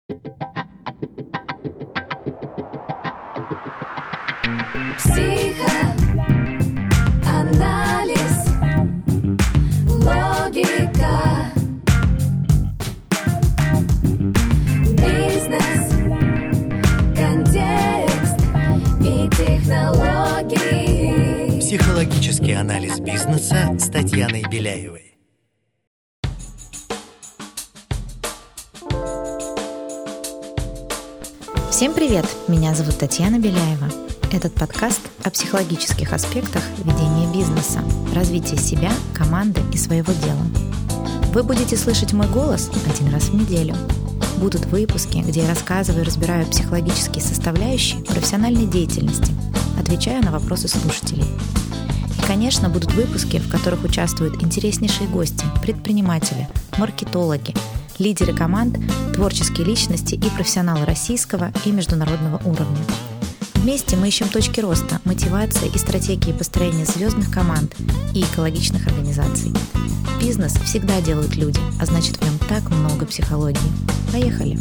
Психоанализ, логика, бизнес, контекст и технологии. Психологический анализ бизнеса с Татьяной Беляевой. Всем привет! Меня зовут Татьяна Беляева. Этот подкаст о психологических аспектах ведения бизнеса, развития себя, команды и своего дела. Вы будете слышать мой голос один раз в неделю. Будут выпуски, где я рассказываю и разбираю психологические составляющие профессиональной деятельности, отвечаю на вопросы слушателей. И, конечно, будут выпуски, в которых участвуют интереснейшие гости, предприниматели, маркетологи, лидеры команд, творческие личности и профессионалы российского и международного уровня. Вместе мы ищем точки роста, мотивации и стратегии построения звездных команд и экологичных организаций. Бизнес всегда делают люди, а значит, в нем так много психологии. Поехали!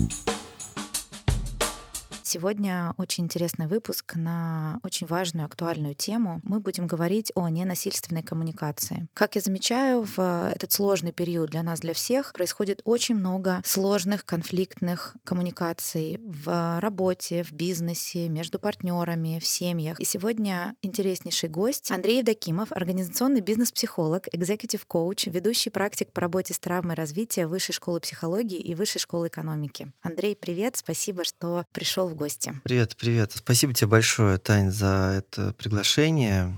Сегодня очень интересный выпуск на очень важную, актуальную тему. Мы будем говорить о ненасильственной коммуникации. Как я замечаю, в этот сложный период для нас, для всех, происходит очень много сложных, конфликтных коммуникаций в работе, в бизнесе, между партнерами, в семьях. И сегодня интереснейший гость Андрей Евдокимов, организационный бизнес-психолог, экзекутив-коуч, ведущий практик по работе с травмой развития Высшей школы психологии и Высшей школы экономики. Андрей, привет, спасибо, что пришел в гости. Привет. Спасибо тебе большое, Тань, за это приглашение.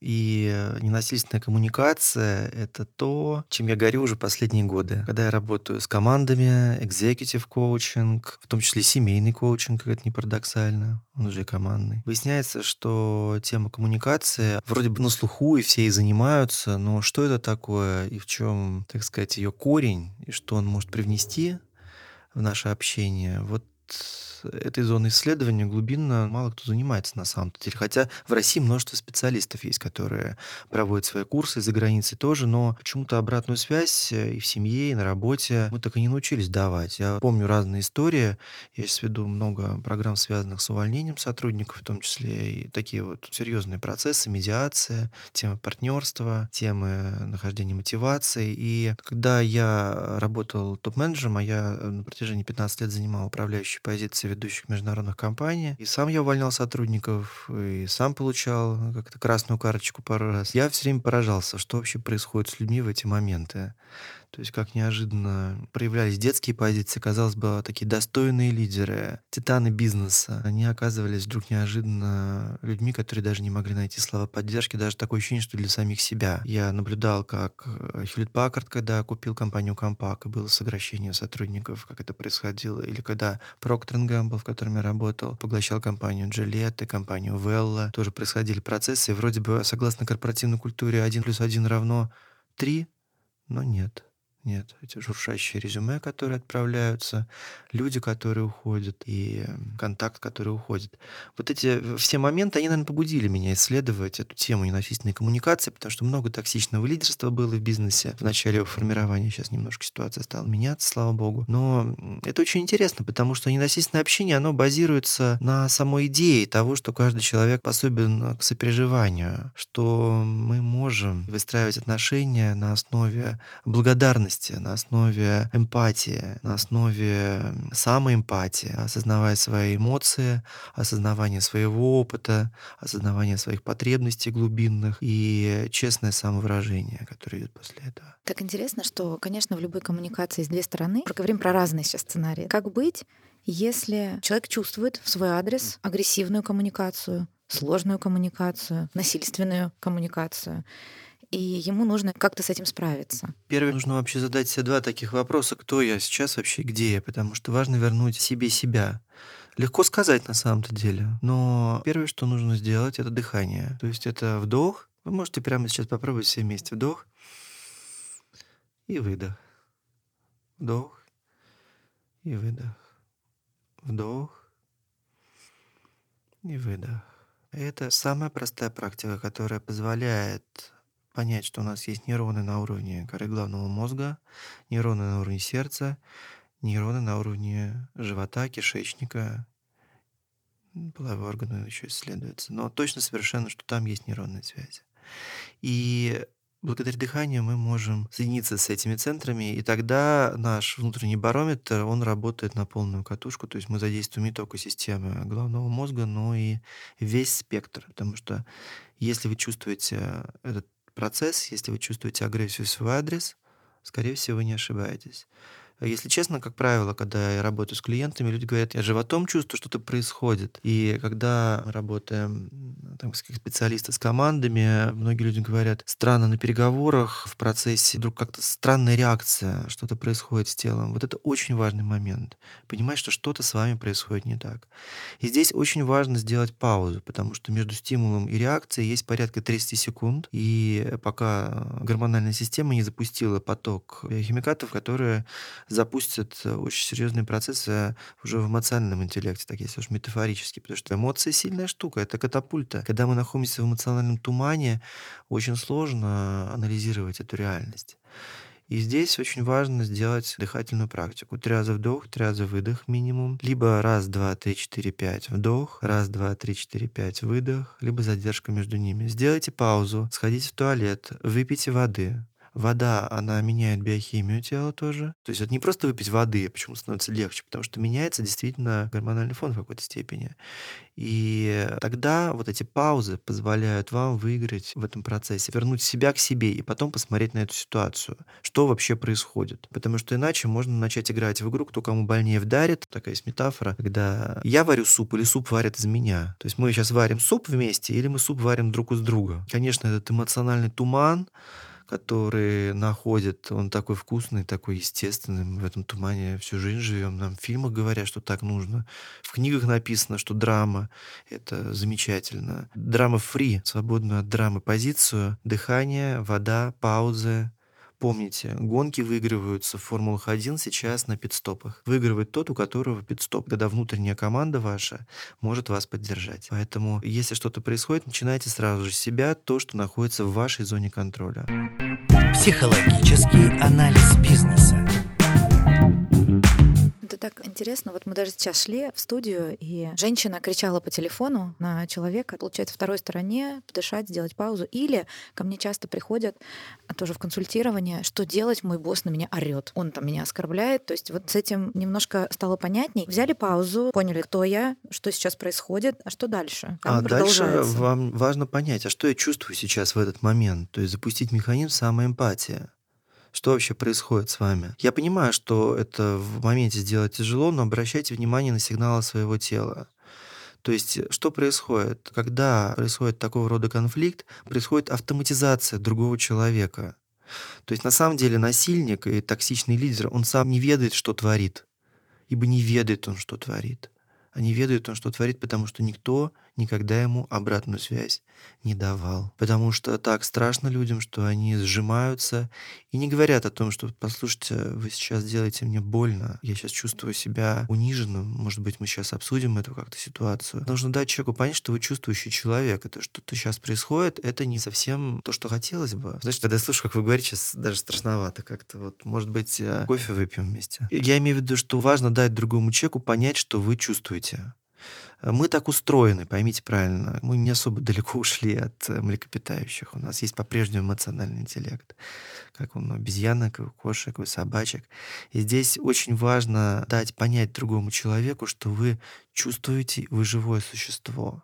И ненасильственная коммуникация — это то, чем я горю уже последние годы. Когда я работаю с командами, экзекутив-коучинг, в том числе семейный коучинг, как это не парадоксально, он уже и командный. Выясняется, что тема коммуникации вроде бы на слуху, и все ей занимаются, но что это такое, и в чем, так сказать, ее корень, и что он может привнести в наше общение, вот этой зоны исследования глубинно мало кто занимается на самом деле. Хотя в России множество специалистов есть, которые проводят свои курсы за границей тоже, но почему-то обратную связь и в семье, и на работе мы так и не научились давать. Я помню разные истории. Я сейчас веду много программ, связанных с увольнением сотрудников, в том числе и такие вот серьезные процессы, медиация, темы партнерства, темы нахождения мотивации. И когда я работал топ-менеджером, а я на протяжении 15 лет занимал управляющие позиции ведущих международных компаний. И сам я увольнял сотрудников, и сам получал как-то красную карточку пару раз. Я все время поражался, что вообще происходит с людьми в эти моменты. То есть как неожиданно проявлялись детские позиции, казалось бы, такие достойные лидеры, титаны бизнеса. Они оказывались вдруг неожиданно людьми, которые даже не могли найти слова поддержки, даже такое ощущение, что для самих себя. Я наблюдал, как Hewlett-Packard, когда купил компанию Compaq, и было сокращение сотрудников, как это происходило, или когда Procter & Gamble, в котором я работал, поглощал компанию Gillette и компанию Wella, тоже происходили процессы, и вроде бы, согласно корпоративной культуре, 1+1 равно 3, но нет. Нет, эти шуршащие резюме, которые отправляются, люди, которые уходят, и контакт, который уходит. Вот эти все моменты, они, наверное, побудили меня исследовать эту тему ненасильственной коммуникации, потому что много токсичного лидерства было в бизнесе в начале его формирования. Сейчас немножко ситуация стала меняться, слава богу. Но это очень интересно, потому что ненасильственное общение, оно базируется на самой идее того, что каждый человек способен к сопереживанию, что мы можем выстраивать отношения на основе благодарности, на основе эмпатии, на основе самоэмпатии, осознавая свои эмоции, осознавание своего опыта, осознавание своих потребностей глубинных и честное самовыражение, которое идет после этого. Так интересно, что, конечно, в любой коммуникации есть две стороны. Поговорим про разные сейчас сценарии. Как быть, если человек чувствует в свой адрес агрессивную коммуникацию, сложную коммуникацию, насильственную коммуникацию, и ему нужно как-то с этим справиться? Первое, нужно вообще задать себе два таких вопроса: кто я сейчас вообще, где я, потому что важно вернуть себе себя. Легко сказать на самом-то деле, но первое, что нужно сделать, это дыхание. То есть это вдох. Вы можете прямо сейчас попробовать все вместе. Вдох и выдох. Вдох и выдох. Вдох и выдох. Это самая простая практика, которая позволяет понять, что у нас есть нейроны на уровне коры головного мозга, нейроны на уровне сердца нейроны на уровне живота, кишечника, половые органы еще исследуются. Но точно совершенно, что там есть нейронные связи. И благодаря дыханию мы можем соединиться с этими центрами, и тогда наш внутренний барометр, он работает на полную катушку, то есть мы задействуем не только системы головного мозга, но и весь спектр, потому что если вы чувствуете этот процесс, если вы чувствуете агрессию в свой адрес, скорее всего, вы не ошибаетесь. Если честно, как правило, когда я работаю с клиентами, люди говорят, я животом чувствую, что-то происходит. И когда мы работаем там, как специалисты с командами, многие люди говорят, странно на переговорах, в процессе вдруг как-то странная реакция, что-то происходит с телом. Вот это очень важный момент. Понимать, что что-то с вами происходит не так. И здесь очень важно сделать паузу, потому что между стимулом и реакцией есть порядка 30 секунд, и пока гормональная система не запустила поток химикатов, которые запустят очень серьезные процессы уже в эмоциональном интеллекте, так если уж метафорически, потому что эмоции сильная штука, это катапульта. Когда мы находимся в эмоциональном тумане, очень сложно анализировать эту реальность. И здесь очень важно сделать дыхательную практику. 3 раза вдох, 3 раза выдох минимум. Либо раз, два, три, четыре, пять вдох, раз, два, три, четыре, пять выдох, либо задержка между ними. Сделайте паузу, сходите в туалет, выпейте воды. Вода, она меняет биохимию тела тоже. То есть это не просто выпить воды, почему становится легче, потому что меняется действительно гормональный фон в какой-то степени. И тогда вот эти паузы позволяют вам выиграть в этом процессе, вернуть себя к себе и потом посмотреть на эту ситуацию, что вообще происходит. Потому что иначе можно начать играть в игру, кто кому больнее вдарит. Такая есть метафора, когда я варю суп или суп варит из меня. То есть мы сейчас варим суп вместе или мы суп варим друг из друга. Конечно, этот эмоциональный туман, который находит, он такой вкусный, такой естественный. Мы в этом тумане всю жизнь живем. Нам в фильмах говорят, что так нужно. В книгах написано, что драма — это замечательно. Драма-фри, свободную от драмы позицию, дыхание, вода, паузы. Помните, гонки выигрываются в Формулах-1 сейчас на пит-стопах. Выигрывает тот, у которого пит-стоп, когда внутренняя команда ваша может вас поддержать. Поэтому, если что-то происходит, начинайте сразу же с себя, то, что находится в вашей зоне контроля. Психологический анализ бизнеса. Это так интересно. Вот мы даже сейчас шли в студию, и женщина кричала по телефону на человека, получается, второй стороне подышать, сделать паузу. Или ко мне часто приходят тоже в консультирование, что делать, мой босс на меня орёт. Он там меня оскорбляет. То есть вот с этим немножко стало понятней. Взяли паузу, поняли, кто я, что сейчас происходит, а что дальше? А дальше вам важно понять, а что я чувствую сейчас в этот момент. То есть запустить механизм самоэмпатии. Что вообще происходит с вами? Я понимаю, что это в моменте сделать тяжело, но обращайте внимание на сигналы своего тела. То есть что происходит? Когда происходит такого рода конфликт, происходит автоматизация другого человека. То есть на самом деле насильник и токсичный лидер, он сам не ведает, что творит. Ибо не ведает он, что творит. А не ведает он, что творит, потому что никто никогда ему обратную связь не давал. Потому что так страшно людям, что они сжимаются и не говорят о том, что, послушайте, вы сейчас делаете мне больно, я сейчас чувствую себя униженным, может быть, мы сейчас обсудим эту как-то ситуацию. Нужно дать человеку понять, что вы чувствующий человек, это что-то сейчас происходит, это не совсем то, что хотелось бы. Знаешь, когда я слышу, как вы говорите, сейчас даже страшновато как-то. Вот, может быть, кофе выпьем вместе. Я имею в виду, что важно дать другому человеку понять, что вы чувствуете. Мы так устроены, поймите правильно. Мы не особо далеко ушли от млекопитающих. У нас есть по-прежнему эмоциональный интеллект, как у обезьянок, у кошек, у собачек. И здесь очень важно дать понять другому человеку, что вы чувствуете, вы живое существо.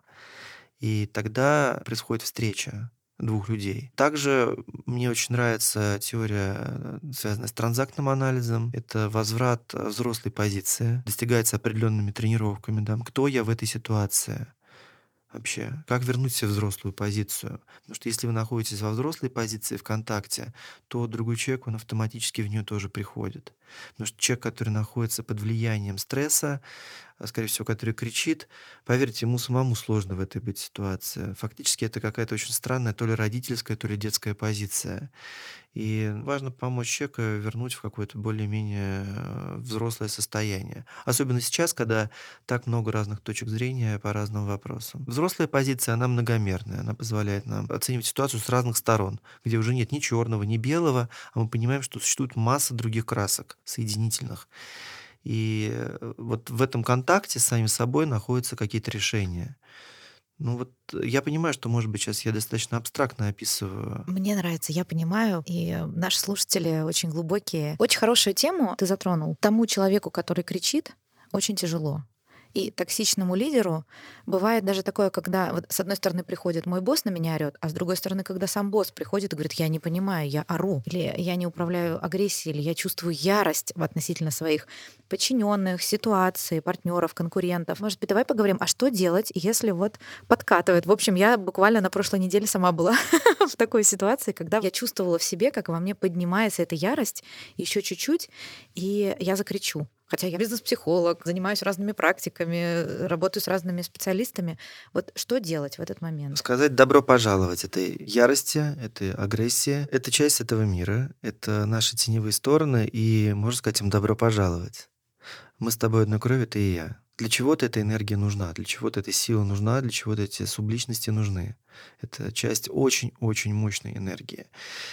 И тогда происходит встреча двух людей. Также мне очень нравится теория, связанная с транзактным анализом. Это возврат взрослой позиции. Достигается определенными тренировками. Да. Кто я в этой ситуации? Вообще, как вернуть себе взрослую позицию? Потому что если вы находитесь во взрослой позиции в контакте, то другой человек, он автоматически в нее тоже приходит. Потому что человек, который находится под влиянием стресса, скорее всего, который кричит, поверьте, ему самому сложно в этой быть ситуации. Фактически это какая-то очень странная, то ли родительская, то ли детская позиция. И важно помочь человеку вернуть в какое-то более-менее взрослое состояние. Особенно сейчас, когда так много разных точек зрения по разным вопросам. Взрослая позиция, она многомерная, она позволяет нам оценивать ситуацию с разных сторон, где уже нет ни черного, ни белого, а мы понимаем, что существует масса других красок, соединительных. И вот в этом контакте с самим собой находятся какие-то решения. Ну вот я понимаю, что, может быть, сейчас я достаточно абстрактно описываю. Мне нравится, я понимаю, и наши слушатели очень глубокие. Очень хорошую тему ты затронул. Тому человеку, который кричит, очень тяжело. И токсичному лидеру бывает даже такое, когда вот с одной стороны приходит мой босс на меня орёт, а с другой стороны, когда сам босс приходит и говорит, я не понимаю, я ору, или я не управляю агрессией, или я чувствую ярость относительно своих подчиненных, ситуаций, партнеров, конкурентов. Может быть, давай поговорим, а что делать, если вот подкатывает? В общем, я буквально на прошлой неделе сама была в такой ситуации, когда я чувствовала в себе, как во мне поднимается эта ярость еще чуть-чуть, и я закричу. Хотя я бизнес-психолог, занимаюсь разными практиками, работаю с разными специалистами. Вот что делать в этот момент? Сказать добро пожаловать этой ярости, этой агрессии. Это часть этого мира, это наши теневые стороны, и можно сказать им добро пожаловать. Мы с тобой одной крови, ты и я. Для чего-то эта энергия нужна, для чего-то эта сила нужна, для чего-то эти субличности нужны. Это часть очень-очень мощной энергии.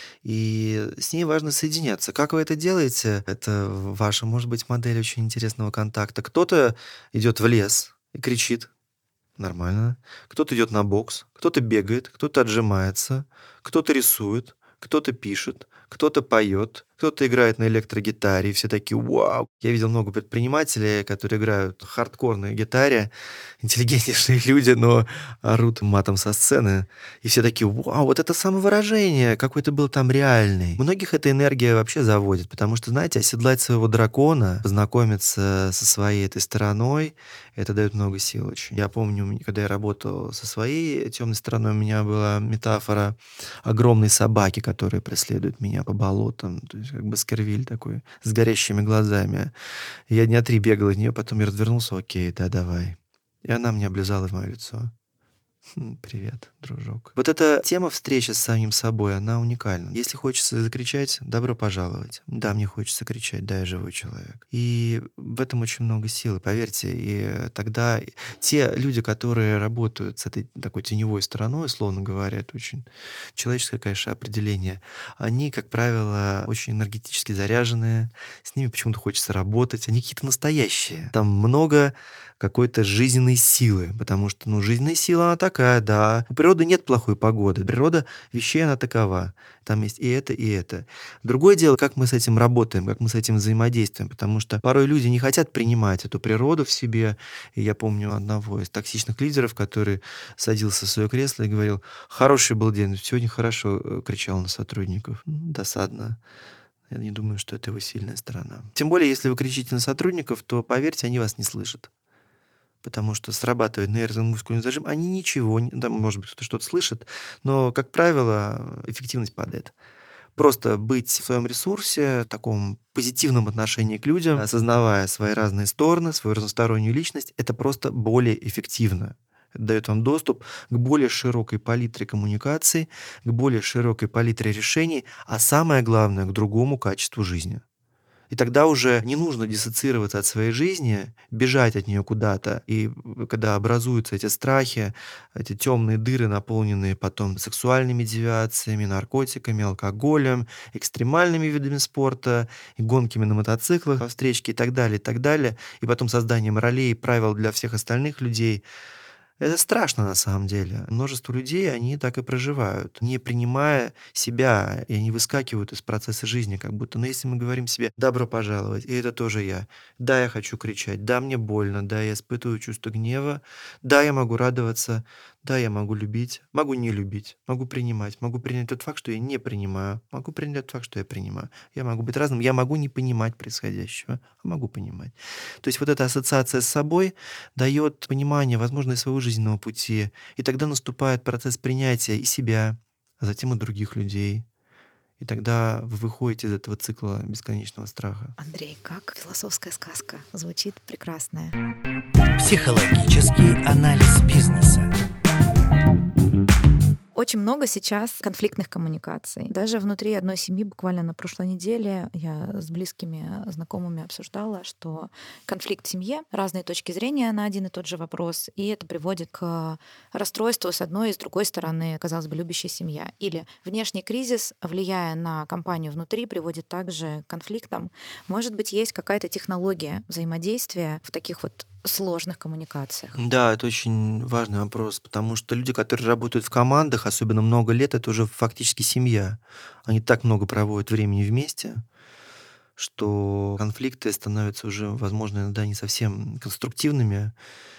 И с ней важно соединяться. Как вы это делаете? Это ваша, может быть, модель очень интересного контакта. Кто-то идет в лес и кричит. Нормально. Кто-то идет на бокс, кто-то бегает, кто-то отжимается, кто-то рисует, кто-то пишет, кто-то поет, кто-то играет на электрогитаре, и все такие «Вау!». Я видел много предпринимателей, которые играют хардкорной гитаре, интеллигентнейшие люди, но орут матом со сцены. И все такие «Вау, вот это самовыражение, какой ты был там реальный». Многих эта энергия вообще заводит, потому что, знаете, оседлать своего дракона, познакомиться со своей этой стороной, это дает много сил очень. Я помню, когда я работал со своей темной стороной, у меня была метафора огромной собаки, которая преследует меня по болотам. То есть как Баскервиль такой, с горящими глазами. Я дня 3 бегал от нее, потом я развернулся, окей, да, давай. И она мне облизала в мое лицо. Привет, дружок. Вот эта тема встречи с самим собой, она уникальна. Если хочется закричать, добро пожаловать. Да, мне хочется кричать, да, я живой человек. И в этом очень много силы, поверьте. И тогда те люди, которые работают с этой такой теневой стороной, условно говоря, это очень человеческое, конечно, определение, они, как правило, очень энергетически заряженные, с ними почему-то хочется работать, они какие-то настоящие. Там много какой-то жизненной силы, потому что, жизненная сила, она такая, да. У природы нет плохой погоды. Природа вещей, она такова. Там есть и это, и это. Другое дело, как мы с этим работаем, как мы с этим взаимодействуем, потому что порой люди не хотят принимать эту природу в себе. И я помню одного из токсичных лидеров, который садился в свое кресло и говорил, хороший был день, сегодня хорошо кричал на сотрудников. Досадно. Я не думаю, что это его сильная сторона. Тем более, если вы кричите на сотрудников, то, поверьте, они вас не слышат. Потому что срабатывает нервно-мускульный зажим, они ничего, да, может быть, кто-то что-то слышит, но, как правило, эффективность падает. Просто быть в своем ресурсе, в таком позитивном отношении к людям, осознавая свои разные стороны, свою разностороннюю личность, это просто более эффективно. Это дает вам доступ к более широкой палитре коммуникаций, к более широкой палитре решений, а самое главное, к другому качеству жизни. И тогда уже не нужно диссоциироваться от своей жизни, бежать от нее куда-то. И когда образуются эти страхи, эти темные дыры, наполненные потом сексуальными девиациями, наркотиками, алкоголем, экстремальными видами спорта, и гонками на мотоциклах, по встречке и так далее, и потом созданием ролей и правил для всех остальных людей, это страшно на самом деле. Множество людей, они так и проживают, не принимая себя, и они выскакивают из процесса жизни, как будто, если мы говорим себе «добро пожаловать», и это тоже я. Да, я хочу кричать, да, мне больно, да, я испытываю чувство гнева, да, я могу радоваться, да, я могу любить, могу не любить, могу принять тот факт, что я не принимаю, могу принять тот факт, что я принимаю. Я могу быть разным, я могу не понимать происходящего, а могу понимать. То есть вот эта ассоциация с собой дает понимание, возможно, и своего жизненного пути, и тогда наступает процесс принятия и себя, а затем и других людей. И тогда вы выходите из этого цикла бесконечного страха. Андрей, как философская сказка. Звучит прекрасная. Психологический анализ бизнеса. Очень много сейчас конфликтных коммуникаций. Даже внутри одной семьи буквально на прошлой неделе я с близкими знакомыми обсуждала, что конфликт в семье, разные точки зрения на один и тот же вопрос, и это приводит к расстройству с одной и с другой стороны, казалось бы, любящая семья. Или внешний кризис, влияя на компанию внутри, приводит также к конфликтам. Может быть, есть какая-то технология взаимодействия в таких вот сложных коммуникациях? Да, это очень важный вопрос, потому что люди, которые работают в командах, особенно много лет, это уже фактически семья. Они так много проводят времени вместе, что конфликты становятся уже, возможно, иногда не совсем конструктивными,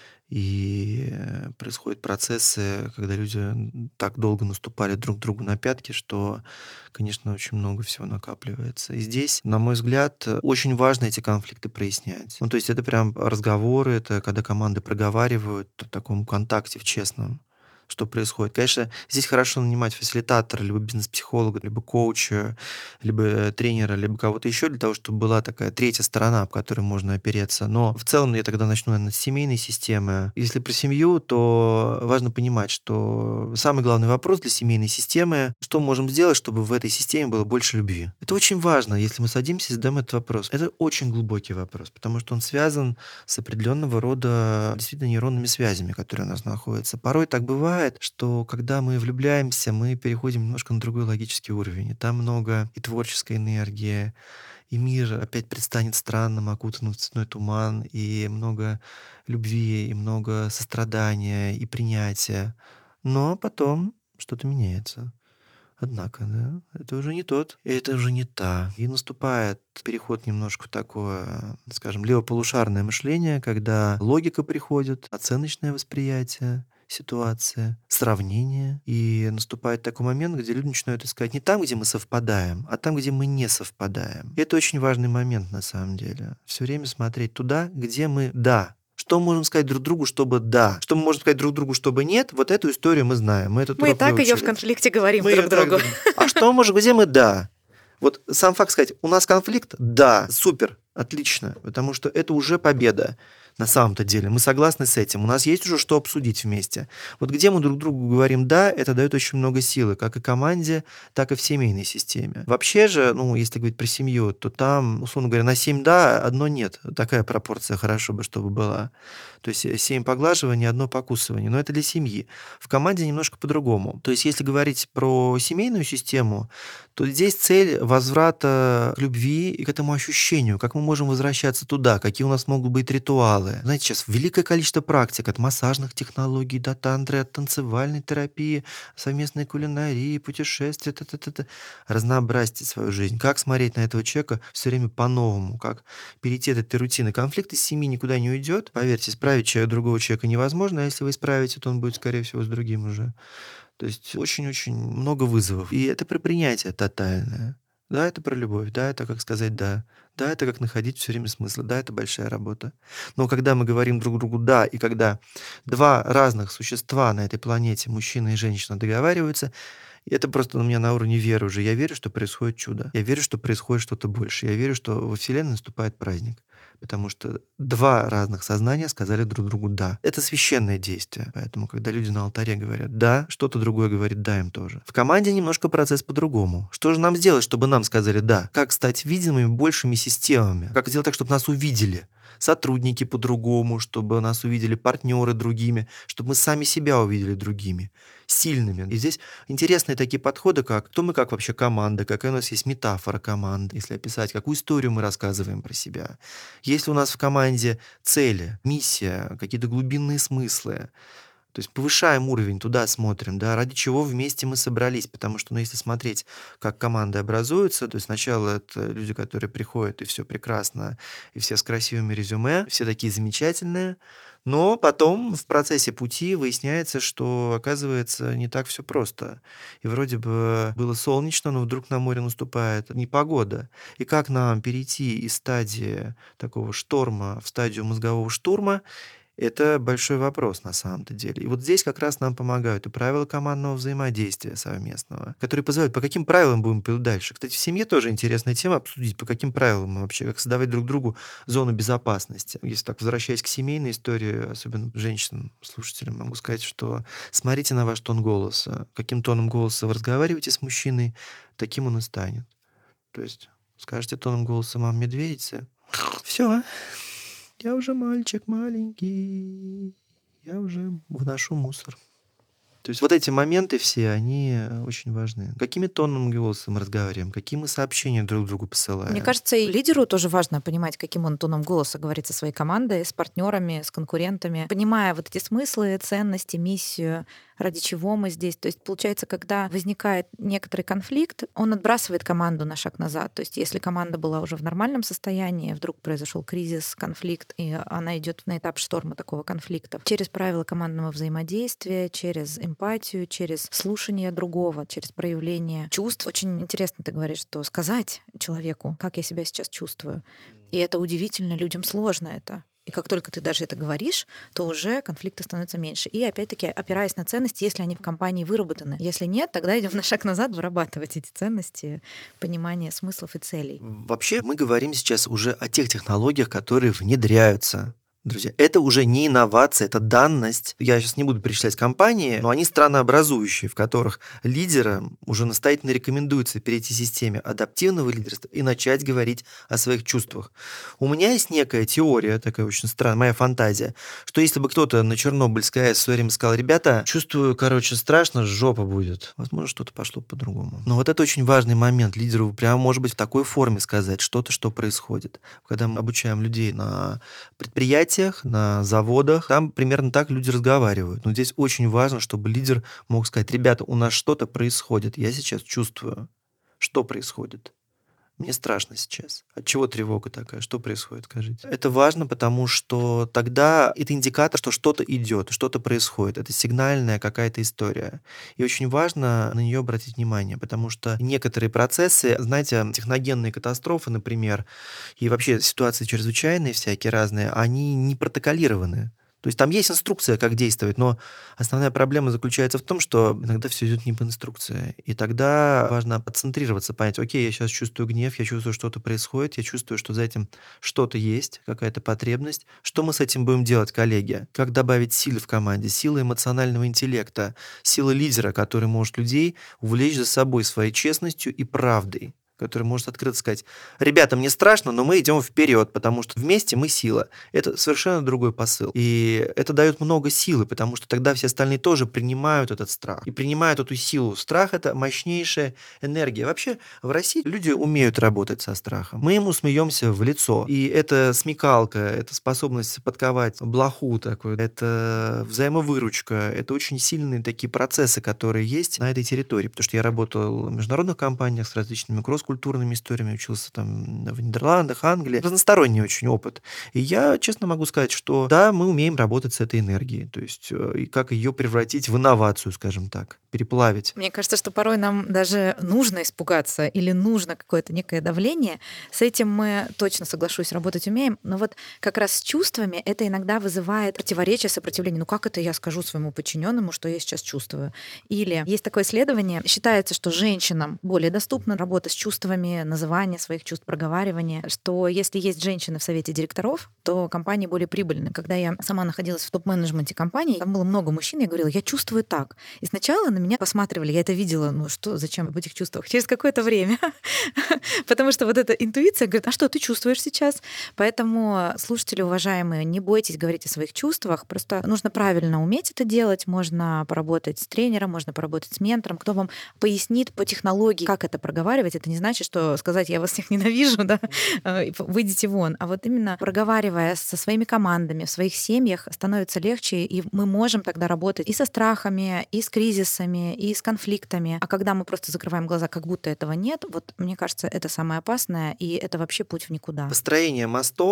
и происходят процессы, когда люди так долго наступали друг другу на пятки, что, конечно, очень много всего накапливается. И здесь, на мой взгляд, очень важно эти конфликты прояснять. Ну, то есть это прям разговоры, это когда команды проговаривают в таком контакте, в честном, что происходит. Конечно, здесь хорошо нанимать фасилитатора, либо бизнес-психолога, либо коуча, либо тренера, либо кого-то еще для того, чтобы была такая третья сторона, об которой можно опереться. Но в целом я тогда начну, наверное, с семейной системы. Если про семью, то важно понимать, что самый главный вопрос для семейной системы, что мы можем сделать, чтобы в этой системе было больше любви. Это очень важно, если мы садимся и задаем этот вопрос. Это очень глубокий вопрос, потому что он связан с определенного рода действительно нейронными связями, которые у нас находятся. Порой так бывает, что когда мы влюбляемся, мы переходим немножко на другой логический уровень. И там много и творческой энергии, и мир опять предстанет странным, окутанным в цветной туман, и много любви, и много сострадания, и принятия. Но потом что-то меняется. Однако, да, это уже не тот, и это уже не та. И наступает переход немножко в такое, скажем, левополушарное мышление, когда логика приходит, оценочное восприятие ситуации, сравнение. И наступает такой момент, где люди начинают искать не там, где мы совпадаем, а там, где мы не совпадаем. И это очень важный момент на самом деле. Все время смотреть туда, где мы «да». Что мы можем сказать друг другу, чтобы «да». Что мы можем сказать друг другу, чтобы «нет». Вот эту историю мы знаем. Мы и так ее в конфликте говорим друг другу. А что мы можем, где мы «да». Вот сам факт сказать, у нас конфликт, да, супер, отлично, потому что это уже победа. На самом-то деле. Мы согласны с этим. У нас есть уже что обсудить вместе. Вот где мы друг другу говорим «да», это дает очень много силы, как и команде, так и в семейной системе. Вообще же, если говорить про семью, то там, условно говоря, на 7 «да», одно «нет». Такая пропорция хорошо бы, чтобы была. То есть 7 поглаживаний, 1 покусывание. Но это для семьи. В команде немножко по-другому. То есть если говорить про семейную систему, то здесь цель возврата к любви и к этому ощущению, как мы можем возвращаться туда, какие у нас могут быть ритуалы. Знаете, сейчас великое количество практик от массажных технологий до тантры, от танцевальной терапии, совместной кулинарии, путешествий, разнообразьте свою жизнь. Как смотреть на этого человека все время по-новому, как перейти от этой рутины. Конфликт из семьи никуда не уйдет. Поверьте, исправить другого человека невозможно, а если вы исправите, то он будет, скорее всего, с другим уже. То есть очень-очень много вызовов. И это про принятие тотальное. Да, это про любовь, да, это как сказать «да». Да, это как находить все время смысл, да, это большая работа. Но когда мы говорим друг другу «да», и когда два разных существа на этой планете, мужчина и женщина, договариваются, это просто у меня на уровне веры уже. Я верю, что происходит чудо. Я верю, что происходит что-то больше. Я верю, что во Вселенной наступает праздник. Потому что два разных сознания сказали друг другу «да». Это священное действие. Поэтому, когда люди на алтаре говорят «да», что-то другое говорит «да» им тоже. В команде немножко процесс по-другому. Что же нам сделать, чтобы нам сказали «да»? Как стать видимыми большими системами? Как сделать так, чтобы нас увидели? Сотрудники по-другому, чтобы нас увидели партнеры другими, чтобы мы сами себя увидели другими, сильными. И здесь интересные такие подходы, как кто мы как вообще команда, какая у нас есть метафора команды, если описать, какую историю мы рассказываем про себя. Есть ли у нас в команде цели, миссия, какие-то глубинные смыслы. То есть повышаем уровень, туда смотрим, да, ради чего вместе мы собрались. Потому что, если смотреть, как команды образуются, то есть сначала это люди, которые приходят, и все прекрасно, и все с красивыми резюме, все такие замечательные. Но потом в процессе пути выясняется, что, оказывается, не так все просто. И вроде бы было солнечно, но вдруг на море наступает непогода. И как нам перейти из стадии такого шторма в стадию мозгового штурма, Это большой вопрос на самом-то деле. И вот здесь как раз нам помогают и правила командного взаимодействия совместного, которые позволяют, по каким правилам будем пойти дальше. Кстати, в семье тоже интересная тема обсудить, по каким правилам мы вообще, как создавать друг другу зону безопасности. Если так, возвращаясь к семейной истории, особенно женщинам, слушателям, могу сказать, что смотрите на ваш тон голоса. Каким тоном голоса вы разговариваете с мужчиной, таким он и станет. То есть скажете тоном голоса «мам, медведица», все, я уже мальчик маленький, я уже вношу мусор. То есть вот эти моменты все, они очень важны. Какими тонами голоса мы разговариваем, какие мы сообщения друг другу посылаем. Мне кажется, и лидеру тоже важно понимать, каким он тоном голоса говорит со своей командой, с партнерами, с конкурентами, понимая вот эти смыслы, ценности, миссию, ради чего мы здесь. То есть, получается, когда возникает некоторый конфликт, он отбрасывает команду на шаг назад. То есть, если команда была уже в нормальном состоянии, вдруг произошел кризис, конфликт, и она идет на этап шторма такого конфликта, через правила командного взаимодействия, через эмпатию, через слушание другого, через проявление чувств. Очень интересно ты говоришь, что сказать человеку, как я себя сейчас чувствую. И это удивительно, людям сложно это. И как только ты даже это говоришь, то уже конфликты становятся меньше. И опять-таки, опираясь на ценности, если они в компании выработаны. Если нет, тогда идем на шаг назад вырабатывать эти ценности, понимание смыслов и целей. Вообще мы говорим сейчас уже о тех технологиях, которые внедряются. Друзья, это уже не инновация, это данность. Я сейчас не буду перечислять компании, но они странообразующие, в которых лидерам уже настоятельно рекомендуется перейти к системе адаптивного лидерства и начать говорить о своих чувствах. У меня есть некая теория, такая очень странная, моя фантазия, что если бы кто-то на Чернобыльской АЭС в свое время сказал: ребята, чувствую, страшно, жопа будет. Возможно, что-то пошло по-другому. Но вот это очень важный момент. Лидеру прямо, может быть, в такой форме сказать что-то, что происходит. Когда мы обучаем людей на предприятиях, на заводах, там примерно так люди разговаривают. Но здесь очень важно, чтобы лидер мог сказать: ребята, у нас что-то происходит, я сейчас чувствую, что происходит. Мне страшно сейчас. От чего тревога такая? Что происходит, скажите? Это важно, потому что тогда это индикатор, что что-то идет, что-то происходит. Это сигнальная какая-то история. И очень важно на нее обратить внимание, потому что некоторые процессы, знаете, техногенные катастрофы, например, и вообще ситуации чрезвычайные всякие разные, они не протоколированы. То есть там есть инструкция, как действовать, но основная проблема заключается в том, что иногда все идет не по инструкции. И тогда важно концентрироваться, понять: окей, я сейчас чувствую гнев, я чувствую, что-то происходит, я чувствую, что за этим что-то есть, какая-то потребность. Что мы с этим будем делать, коллеги? Как добавить силы в команде, силы эмоционального интеллекта, силы лидера, который может людей увлечь за собой своей честностью и правдой, который может открыто сказать: ребята, мне страшно, но мы идем вперед, потому что вместе мы сила. Это совершенно другой посыл. И это дает много силы, потому что тогда все остальные тоже принимают этот страх. И принимают эту силу. Страх — это мощнейшая энергия. Вообще в России люди умеют работать со страхом. Мы ему смеемся в лицо. И это смекалка, это способность подковать блоху такую, это взаимовыручка, это очень сильные такие процессы, которые есть на этой территории. Потому что я работал в международных компаниях с различными кросс-культурными историями, учился там в Нидерландах, Англии. Разносторонний очень опыт. И я честно могу сказать, что да, мы умеем работать с этой энергией. То есть и как ее превратить в инновацию, скажем так, переплавить. Мне кажется, что порой нам даже нужно испугаться или нужно какое-то некое давление. С этим мы, точно соглашусь, работать умеем. Но вот как раз с чувствами это иногда вызывает противоречие, сопротивление. Ну как это я скажу своему подчиненному, что я сейчас чувствую? Или есть такое исследование, считается, что женщинам более доступна работа с чувствами, называние своих чувств, проговаривание, что если есть женщины в совете директоров, то компании более прибыльны. Когда я сама находилась в топ-менеджменте компании, там было много мужчин, я говорила: я чувствую так. И сначала на меня посматривали, я это видела, ну что, зачем об этих чувствах? Через какое-то время. Потому что вот эта интуиция говорит: а что ты чувствуешь сейчас? Поэтому, слушатели уважаемые, не бойтесь говорить о своих чувствах, просто нужно правильно уметь это делать, можно поработать с тренером, можно поработать с ментором, кто вам пояснит по технологии, как это проговаривать. Это не значит, что сказать: я вас всех ненавижу, да, выйдите вон. А вот именно проговаривая со своими командами, в своих семьях, становится легче, и мы можем тогда работать и со страхами, и с кризисами, и с конфликтами. А когда мы просто закрываем глаза, как будто этого нет, вот мне кажется, это самое опасное, и это вообще путь в никуда. Построение мостов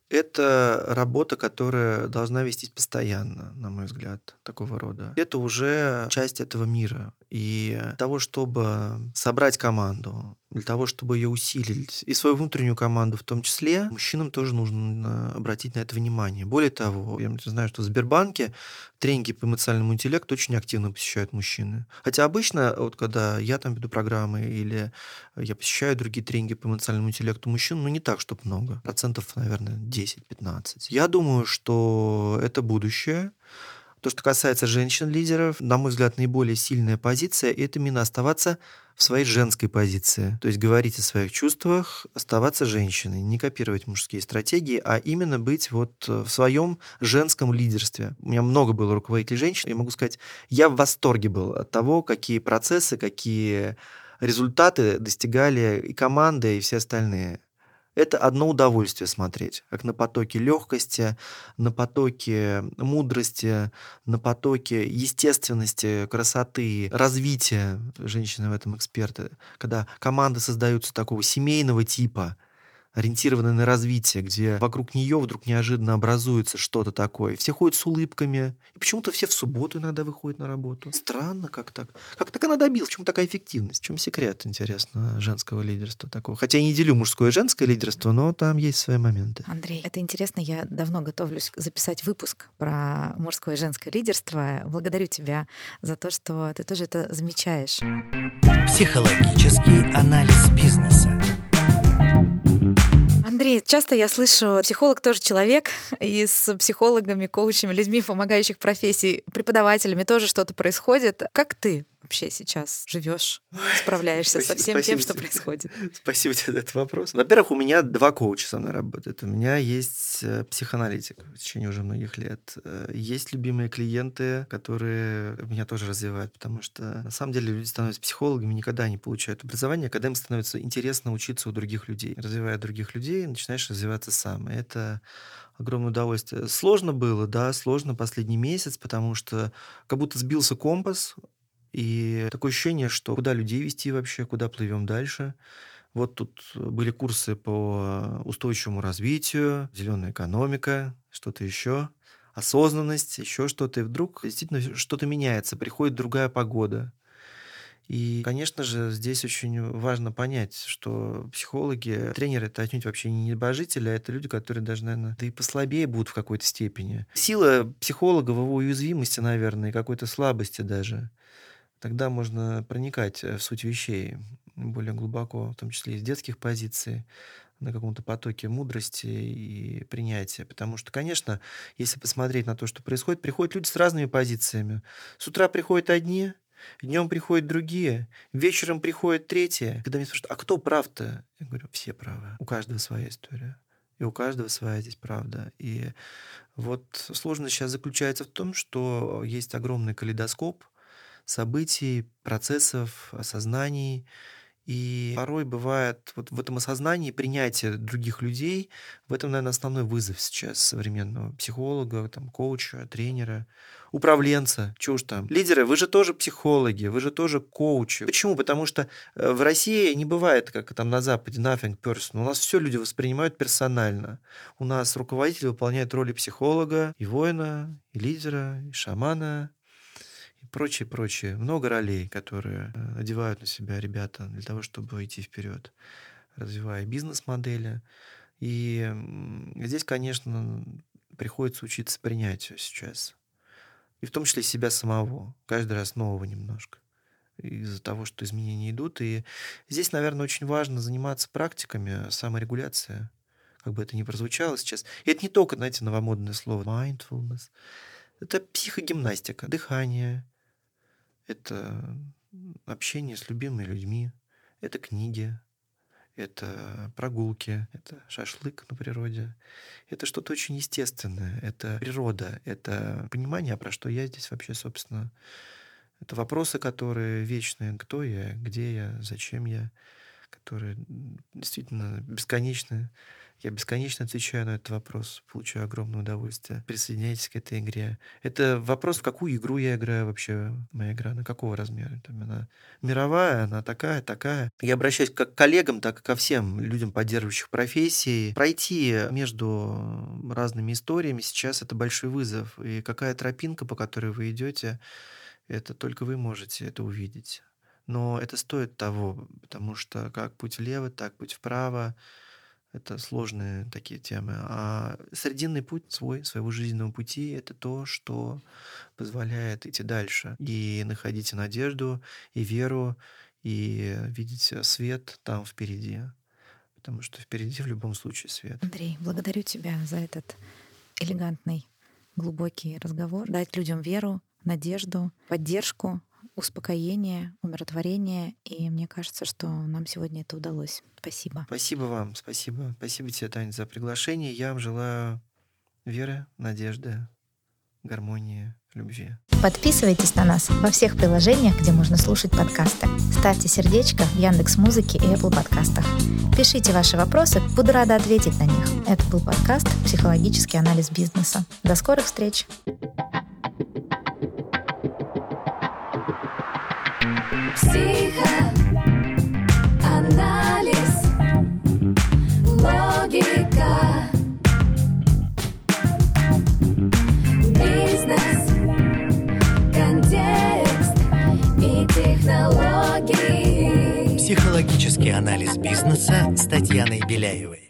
Это работа, которая должна вестись постоянно, на мой взгляд, такого рода. Это уже часть этого мира. И для того, чтобы собрать команду, для того, чтобы ее усилить, и свою внутреннюю команду в том числе, мужчинам тоже нужно обратить на это внимание. Более того, я знаю, что в Сбербанке тренинги по эмоциональному интеллекту очень активно посещают мужчины. Хотя обычно, вот когда я там веду программы или я посещаю другие тренинги по эмоциональному интеллекту мужчин, не так, чтобы много. Процентов, наверное, 10-15. Я думаю, что это будущее. То, что касается женщин-лидеров, на мой взгляд, наиболее сильная позиция – это именно оставаться в своей женской позиции. То есть говорить о своих чувствах, оставаться женщиной, не копировать мужские стратегии, а именно быть вот в своем женском лидерстве. У меня много было руководителей женщин, я могу сказать, я в восторге был от того, какие процессы, какие результаты достигали и команды, и все остальные. Это одно удовольствие смотреть, как на потоке легкости, на потоке мудрости, на потоке естественности, красоты, развития. Женщины в этом эксперты. Когда команды создаются такого семейного типа, ориентированные на развитие, где вокруг нее вдруг неожиданно образуется что-то такое. Все ходят с улыбками. И почему-то все в субботу иногда выходят на работу. Странно, как так? Как так она добилась? В чем такая эффективность? В чем секрет, интересно, женского лидерства такого? Хотя я не делю мужское и женское лидерство, но там есть свои моменты. Андрей, это интересно. Я давно готовлюсь записать выпуск про мужское и женское лидерство. Благодарю тебя за то, что ты тоже это замечаешь. Психологический анализ бизнеса. Андрей, часто я слышу, психолог тоже человек, и с психологами, коучами, людьми, помогающих профессий, преподавателями тоже что-то происходит. Как ты вообще сейчас живешь, справляешься со всем тем, что происходит? Спасибо тебе за этот вопрос. Во-первых, у меня 2 коуча со мной работают. У меня есть психоаналитик в течение уже многих лет. Есть любимые клиенты, которые меня тоже развивают, потому что на самом деле люди становятся психологами, никогда не получают образование, когда им становится интересно учиться у других людей. Развивая других людей, начинаешь развиваться сам. И это огромное удовольствие. Сложно было, да, сложно последний месяц, потому что как будто сбился компас, и такое ощущение, что куда людей вести вообще, куда плывем дальше. Вот тут были курсы по устойчивому развитию, зеленая экономика, что-то еще, осознанность, еще что-то. И вдруг действительно что-то меняется, приходит другая погода. И, конечно же, здесь очень важно понять, что психологи, тренеры — это отнюдь вообще не небожители, а это люди, которые даже, наверное, да и послабее будут в какой-то степени. Сила психолога в его уязвимости, наверное, и какой-то слабости даже. Тогда можно проникать в суть вещей более глубоко, в том числе из детских позиций, на каком-то потоке мудрости и принятия. Потому что, конечно, если посмотреть на то, что происходит, приходят люди с разными позициями. С утра приходят одни, днем приходят другие, вечером приходят третьи. Когда меня спрашивают, а кто прав-то? Я говорю, все правы. У каждого своя история. И у каждого своя здесь правда. И вот сложность сейчас заключается в том, что есть огромный калейдоскоп событий, процессов, осознаний. И порой бывает вот в этом осознании принятие других людей, в этом, наверное, основной вызов сейчас современного психолога, там, коуча, тренера, управленца, чего уж там. Лидеры, вы же тоже психологи, вы же тоже коучи. Почему? Потому что в России не бывает, как там на Западе, nothing personal. У нас все люди воспринимают персонально. У нас руководитель выполняет роли психолога, и воина, и лидера, и шамана, и прочее, прочее. Много ролей, которые одевают на себя ребята для того, чтобы идти вперед, развивая бизнес-модели. И здесь, конечно, приходится учиться принятию сейчас. И в том числе себя самого. Каждый раз нового немножко. Из-за того, что изменения идут. И здесь, наверное, очень важно заниматься практиками саморегуляции. Как бы это ни прозвучало сейчас. И это не только, знаете, новомодное слово mindfulness. Это психогимнастика, дыхание, это общение с любимыми людьми, это книги, это прогулки, это шашлык на природе. Это что-то очень естественное, это природа, это понимание, а про что я здесь вообще, собственно. Это вопросы, которые вечные. Кто я, где я, зачем я, которые действительно бесконечны. Я бесконечно отвечаю на этот вопрос, получаю огромное удовольствие. Присоединяйтесь к этой игре. Это вопрос, в какую игру я играю вообще. Моя игра на какого размера? Там она мировая, она такая. Я обращаюсь как к коллегам, так и ко всем людям, поддерживающих профессии. Пройти между разными историями сейчас это большой вызов. И какая тропинка, по которой вы идете, это только вы можете это увидеть. Но это стоит того, потому что как путь влево, так путь вправо. Это сложные такие темы. А срединный путь своего жизненного пути — это то, что позволяет идти дальше и находить и надежду, и веру, и видеть свет там впереди. Потому что впереди в любом случае свет. Андрей, благодарю тебя за этот элегантный, глубокий разговор. Дать людям веру, надежду, поддержку, успокоение, умиротворение. И мне кажется, что нам сегодня это удалось. Спасибо. Спасибо вам, спасибо. Спасибо тебе, Таня, за приглашение. Я вам желаю веры, надежды, гармонии, любви. Подписывайтесь на нас во всех приложениях, где можно слушать подкасты. Ставьте сердечко в Яндекс.Музыке и Apple подкастах. Пишите ваши вопросы, буду рада ответить на них. Это был подкаст «Психологический анализ бизнеса». До скорых встреч! Психоанализ, логика, бизнес, контекст и технологии. Психологический анализ бизнеса с Татьяной Беляевой.